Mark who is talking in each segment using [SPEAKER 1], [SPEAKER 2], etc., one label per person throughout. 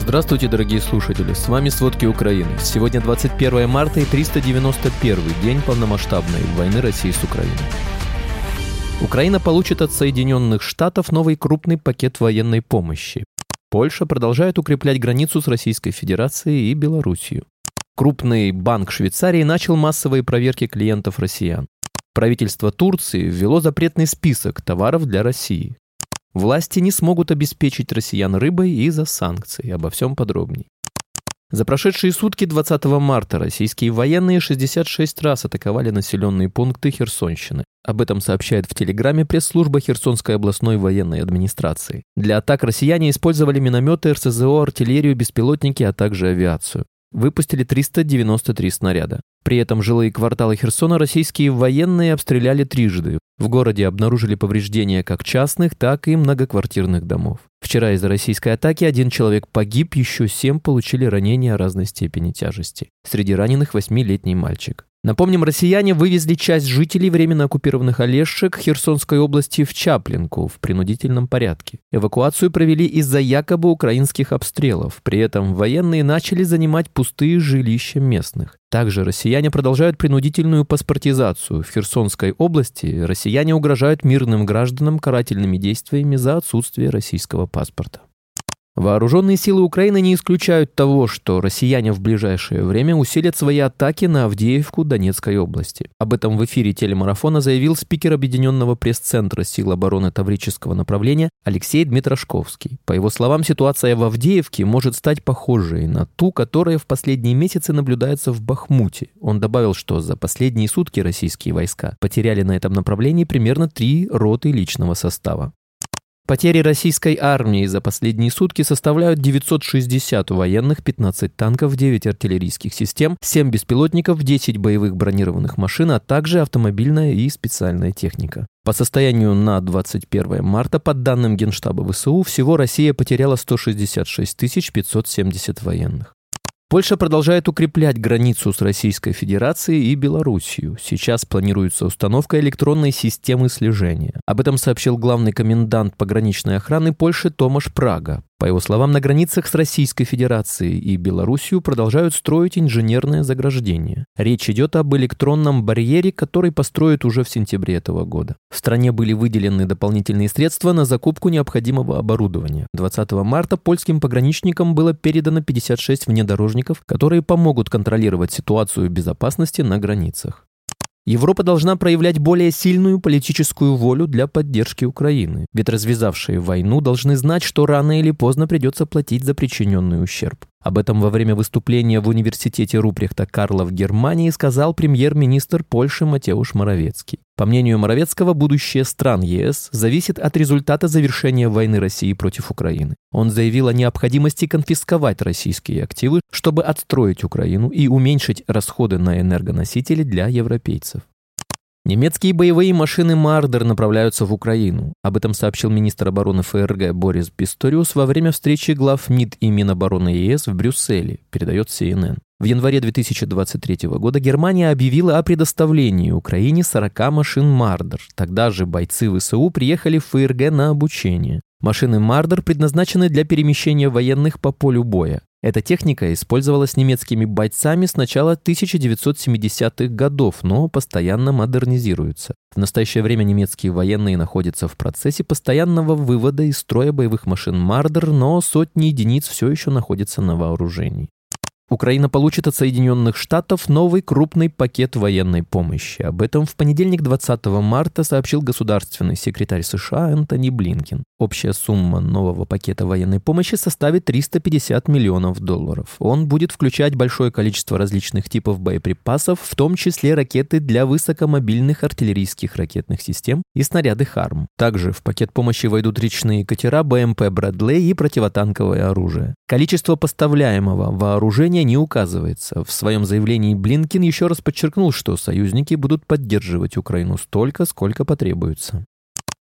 [SPEAKER 1] Здравствуйте, дорогие слушатели, с вами «Сводки Украины». Сегодня 21 марта и 391-й день полномасштабной войны России с Украиной. Украина получит от Соединенных Штатов новый крупный пакет военной помощи. Польша продолжает укреплять границу с Российской Федерацией и Белоруссией. Крупный банк Швейцарии начал массовые проверки клиентов россиян. Правительство Турции ввело запретный список товаров для России. Власти не смогут обеспечить россиян рыбой из-за санкций. Обо всем подробней. За прошедшие сутки 20 марта российские военные 66 раз атаковали населенные пункты Херсонщины. Об этом сообщает в Телеграме пресс-служба Херсонской областной военной администрации. Для атак россияне использовали минометы, РСЗО, артиллерию, беспилотники, а также авиацию. Выпустили 393 снаряда. При этом жилые кварталы Херсона российские военные обстреляли трижды. В городе обнаружили повреждения как частных, так и многоквартирных домов. Вчера из-за российской атаки 1 человек погиб, еще 7 получили ранения разной степени тяжести. Среди раненых 8-летний мальчик. Напомним, россияне вывезли часть жителей временно оккупированных Олешек Херсонской области в Чаплинку в принудительном порядке. Эвакуацию провели из-за якобы украинских обстрелов. При этом военные начали занимать пустые жилища местных. Также россияне продолжают принудительную паспортизацию. В Херсонской области россияне угрожают мирным гражданам карательными действиями за отсутствие российского паспорта. Вооруженные силы Украины не исключают того, что россияне в ближайшее время усилят свои атаки на Авдеевку Донецкой области. Об этом в эфире телемарафона заявил спикер Объединенного пресс-центра сил обороны Таврического направления Алексей Дмитрашковский. По его словам, ситуация в Авдеевке может стать похожей на ту, которая в последние месяцы наблюдается в Бахмуте. Он добавил, что за последние сутки российские войска потеряли на этом направлении примерно 3 роты личного состава. Потери российской армии за последние сутки составляют 960 военных, 15 танков, 9 артиллерийских систем, 7 беспилотников, 10 боевых бронированных машин, а также автомобильная и специальная техника. По состоянию на 21 марта, по данным Генштаба ВСУ, всего Россия потеряла 166 570 военных. Польша продолжает укреплять границу с Российской Федерацией и Белоруссией. Сейчас планируется установка электронной системы слежения. Об этом сообщил главный комендант пограничной охраны Польши Томаш Прага. По его словам, на границах с Российской Федерацией и Белоруссией продолжают строить инженерное заграждение. Речь идет об электронном барьере, который построят уже в сентябре этого года. В стране были выделены дополнительные средства на закупку необходимого оборудования. 20 марта польским пограничникам было передано 56 внедорожников, которые помогут контролировать ситуацию безопасности на границах. Европа должна проявлять более сильную политическую волю для поддержки Украины, ведь развязавшие войну должны знать, что рано или поздно придется платить за причиненный ущерб. Об этом во время выступления в университете Рупрехта Карла в Германии сказал премьер-министр Польши Матеуш Моравецкий. По мнению Моравецкого, будущее стран ЕС зависит от результата завершения войны России против Украины. Он заявил о необходимости конфисковать российские активы, чтобы отстроить Украину и уменьшить расходы на энергоносители для европейцев. Немецкие боевые машины Мардер направляются в Украину. Об этом сообщил министр обороны ФРГ Борис Писториус во время встречи глав МИД и Минобороны ЕС в Брюсселе, передает CNN. В январе 2023 года Германия объявила о предоставлении Украине 40 машин Мардер. Тогда же бойцы ВСУ приехали в ФРГ на обучение. Машины Мардер предназначены для перемещения военных по полю боя. Эта техника использовалась немецкими бойцами с начала 1970-х годов, но постоянно модернизируется. В настоящее время немецкие военные находятся в процессе постоянного вывода из строя боевых машин Мардер, но сотни единиц все еще находятся на вооружении. Украина получит от Соединенных Штатов новый крупный пакет военной помощи. Об этом в понедельник 20 марта сообщил государственный секретарь США Энтони Блинкен. Общая сумма нового пакета военной помощи составит $350 миллионов. Он будет включать большое количество различных типов боеприпасов, в том числе ракеты для высокомобильных артиллерийских ракетных систем и снаряды ХАРМ. Также в пакет помощи войдут речные катера, БМП «Брэдлей» и противотанковое оружие. Количество поставляемого вооружения не указывается. В своем заявлении Блинкен еще раз подчеркнул, что союзники будут поддерживать Украину столько, сколько потребуется.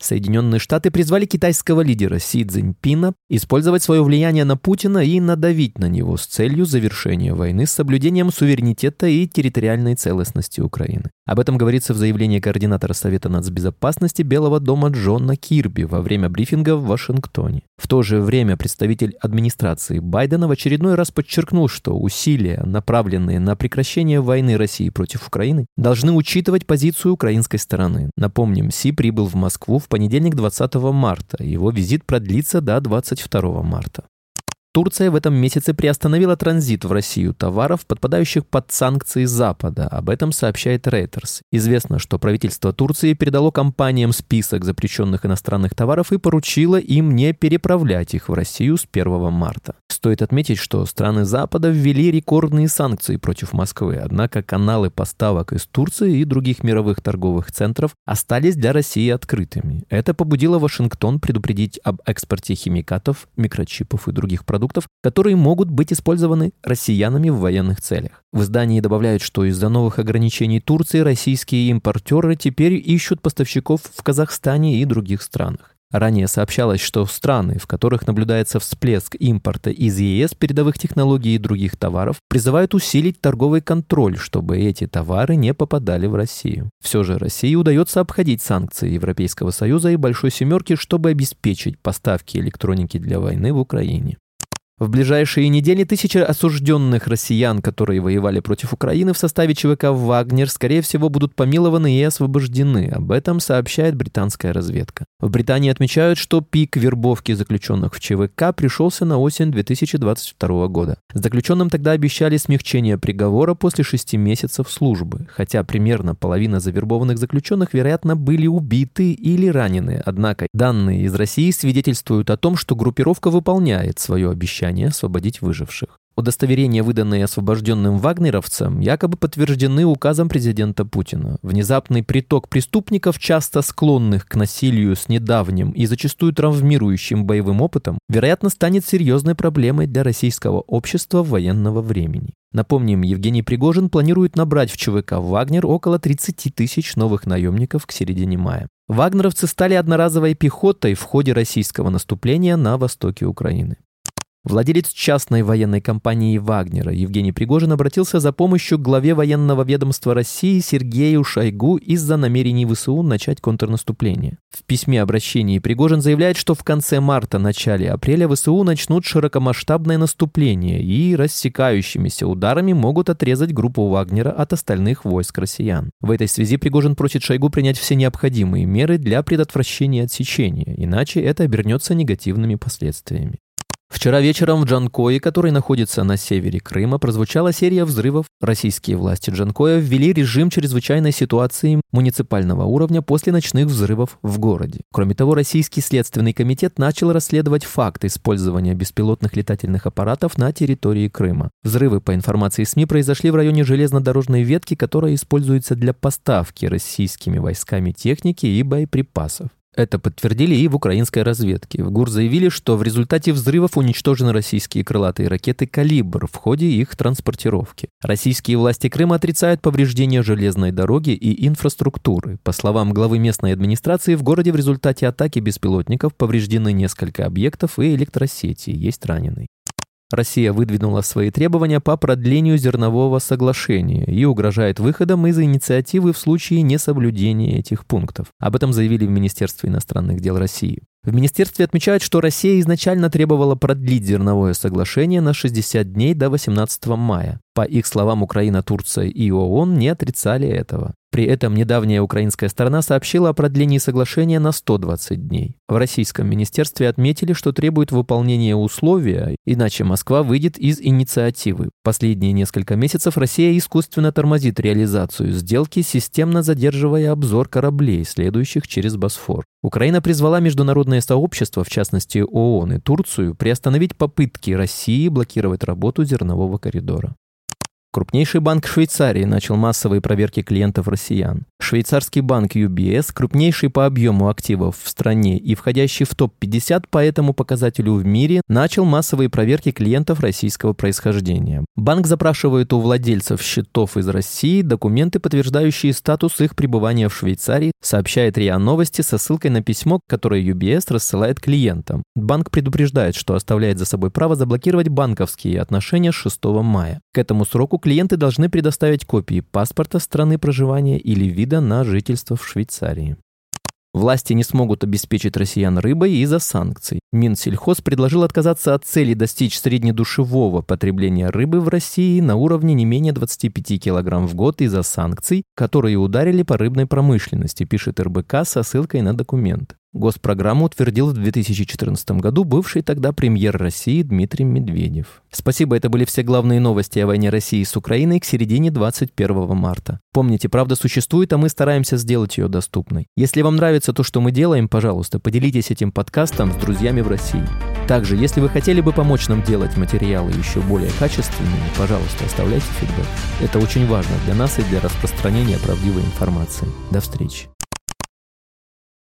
[SPEAKER 1] Соединенные Штаты призвали китайского лидера Си Цзиньпина использовать свое влияние на Путина и надавить на него с целью завершения войны с соблюдением суверенитета и территориальной целостности Украины. Об этом говорится в заявлении координатора Совета нацбезопасности Белого дома Джона Кирби во время брифинга в Вашингтоне. В то же время представитель администрации Байдена в очередной раз подчеркнул, что усилия, направленные на прекращение войны России против Украины, должны учитывать позицию украинской стороны. Напомним, Си прибыл в Москву в понедельник 20 марта. Его визит продлится до 22 марта. Турция в этом месяце приостановила транзит в Россию товаров, подпадающих под санкции Запада. Об этом сообщает Reuters. Известно, что правительство Турции передало компаниям список запрещенных иностранных товаров и поручило им не переправлять их в Россию с 1 марта. Стоит отметить, что страны Запада ввели рекордные санкции против Москвы, однако каналы поставок из Турции и других мировых торговых центров остались для России открытыми. Это побудило Вашингтон предупредить об экспорте химикатов, микрочипов и других продуктов, которые могут быть использованы россиянами в военных целях. В издании добавляют, что из-за новых ограничений Турции российские импортеры теперь ищут поставщиков в Казахстане и других странах. Ранее сообщалось, что страны, в которых наблюдается всплеск импорта из ЕС передовых технологий и других товаров, призывают усилить торговый контроль, чтобы эти товары не попадали в Россию. Все же России удается обходить санкции Европейского Союза и Большой Семерки, чтобы обеспечить поставки электроники для войны в Украине. В ближайшие недели тысячи осужденных россиян, которые воевали против Украины в составе ЧВК «Вагнер», скорее всего, будут помилованы и освобождены. Об этом сообщает британская разведка. В Британии отмечают, что пик вербовки заключенных в ЧВК пришелся на осень 2022 года. Заключенным тогда обещали смягчение приговора после 6 месяцев службы, хотя примерно половина завербованных заключенных, вероятно, были убиты или ранены. Однако данные из России свидетельствуют о том, что группировка выполняет свое обещание освободить выживших. Удостоверения, выданные освобожденным вагнеровцам, якобы подтверждены указом президента Путина. Внезапный приток преступников, часто склонных к насилию с недавним и зачастую травмирующим боевым опытом, вероятно, станет серьезной проблемой для российского общества военного времени. Напомним, Евгений Пригожин планирует набрать в ЧВК «Вагнер» около 30 тысяч новых наемников к середине мая. Вагнеровцы стали одноразовой пехотой в ходе российского наступления на востоке Украины. Владелец частной военной компании «Вагнера» Евгений Пригожин обратился за помощью к главе военного ведомства России Сергею Шойгу из-за намерений ВСУ начать контрнаступление. В письме обращения Пригожин заявляет, что в конце марта-начале апреля ВСУ начнут широкомасштабное наступление и рассекающимися ударами могут отрезать группу «Вагнера» от остальных войск россиян. В этой связи Пригожин просит Шойгу принять все необходимые меры для предотвращения отсечения, иначе это обернется негативными последствиями. Вчера вечером в Джанкое, который находится на севере Крыма, прозвучала серия взрывов. Российские власти Джанкоя ввели режим чрезвычайной ситуации муниципального уровня после ночных взрывов в городе. Кроме того, Российский следственный комитет начал расследовать факт использования беспилотных летательных аппаратов на территории Крыма. Взрывы, по информации СМИ, произошли в районе железнодорожной ветки, которая используется для поставки российскими войсками техники и боеприпасов. Это подтвердили и в украинской разведке. В ГУР заявили, что в результате взрывов уничтожены российские крылатые ракеты «Калибр» в ходе их транспортировки. Российские власти Крыма отрицают повреждения железной дороги и инфраструктуры. По словам главы местной администрации, в городе в результате атаки беспилотников повреждены несколько объектов и электросети, есть раненый. Россия выдвинула свои требования по продлению зернового соглашения и угрожает выходом из инициативы в случае несоблюдения этих пунктов. Об этом заявили в Министерстве иностранных дел России. В министерстве отмечают, что Россия изначально требовала продлить зерновое соглашение на 60 дней до 18 мая. По их словам, Украина, Турция и ООН не отрицали этого. При этом недавняя украинская сторона сообщила о продлении соглашения на 120 дней. В российском министерстве отметили, что требует выполнения условия, иначе Москва выйдет из инициативы. Последние несколько месяцев Россия искусственно тормозит реализацию сделки, системно задерживая обзор кораблей, следующих через Босфор. Украина призвала международное сообщество, в частности ООН и Турцию, приостановить попытки России блокировать работу зернового коридора. Крупнейший банк Швейцарии начал массовые проверки клиентов россиян. Швейцарский банк UBS, крупнейший по объему активов в стране и входящий в топ-50 по этому показателю в мире, начал массовые проверки клиентов российского происхождения. Банк запрашивает у владельцев счетов из России документы, подтверждающие статус их пребывания в Швейцарии, сообщает РИА Новости со ссылкой на письмо, которое UBS рассылает клиентам. Банк предупреждает, что оставляет за собой право заблокировать банковские отношения с 6 мая. К этому сроку клиенты должны предоставить копии паспорта страны проживания или вида на жительство в Швейцарии. Власти не смогут обеспечить россиян рыбой из-за санкций. Минсельхоз предложил отказаться от цели достичь среднедушевого потребления рыбы в России на уровне не менее 25 кг в год из-за санкций, которые ударили по рыбной промышленности, пишет РБК со ссылкой на документ. Госпрограмму утвердил в 2014 году бывший тогда премьер России Дмитрий Медведев. Спасибо, это были все главные новости о войне России с Украиной к середине 21 марта. Помните, правда существует, а мы стараемся сделать ее доступной. Если вам нравится то, что мы делаем, пожалуйста, поделитесь этим подкастом с друзьями в России. Также, если вы хотели бы помочь нам делать материалы еще более качественными, пожалуйста, оставляйте фидбэк. Это очень важно для нас и для распространения правдивой информации. До встречи.